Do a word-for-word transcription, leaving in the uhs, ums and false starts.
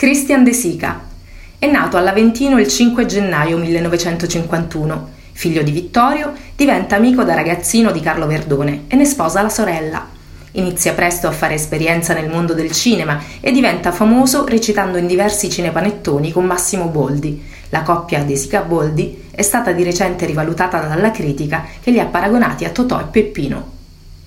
Christian De Sica. È nato all'Aventino il cinque gennaio millenovecentocinquantuno. Figlio di Vittorio, diventa amico da ragazzino di Carlo Verdone e ne sposa la sorella. Inizia presto a fare esperienza nel mondo del cinema e diventa famoso recitando in diversi cinepanettoni con Massimo Boldi. La coppia De Sica-Boldi è stata di recente rivalutata dalla critica, che li ha paragonati a Totò e Peppino.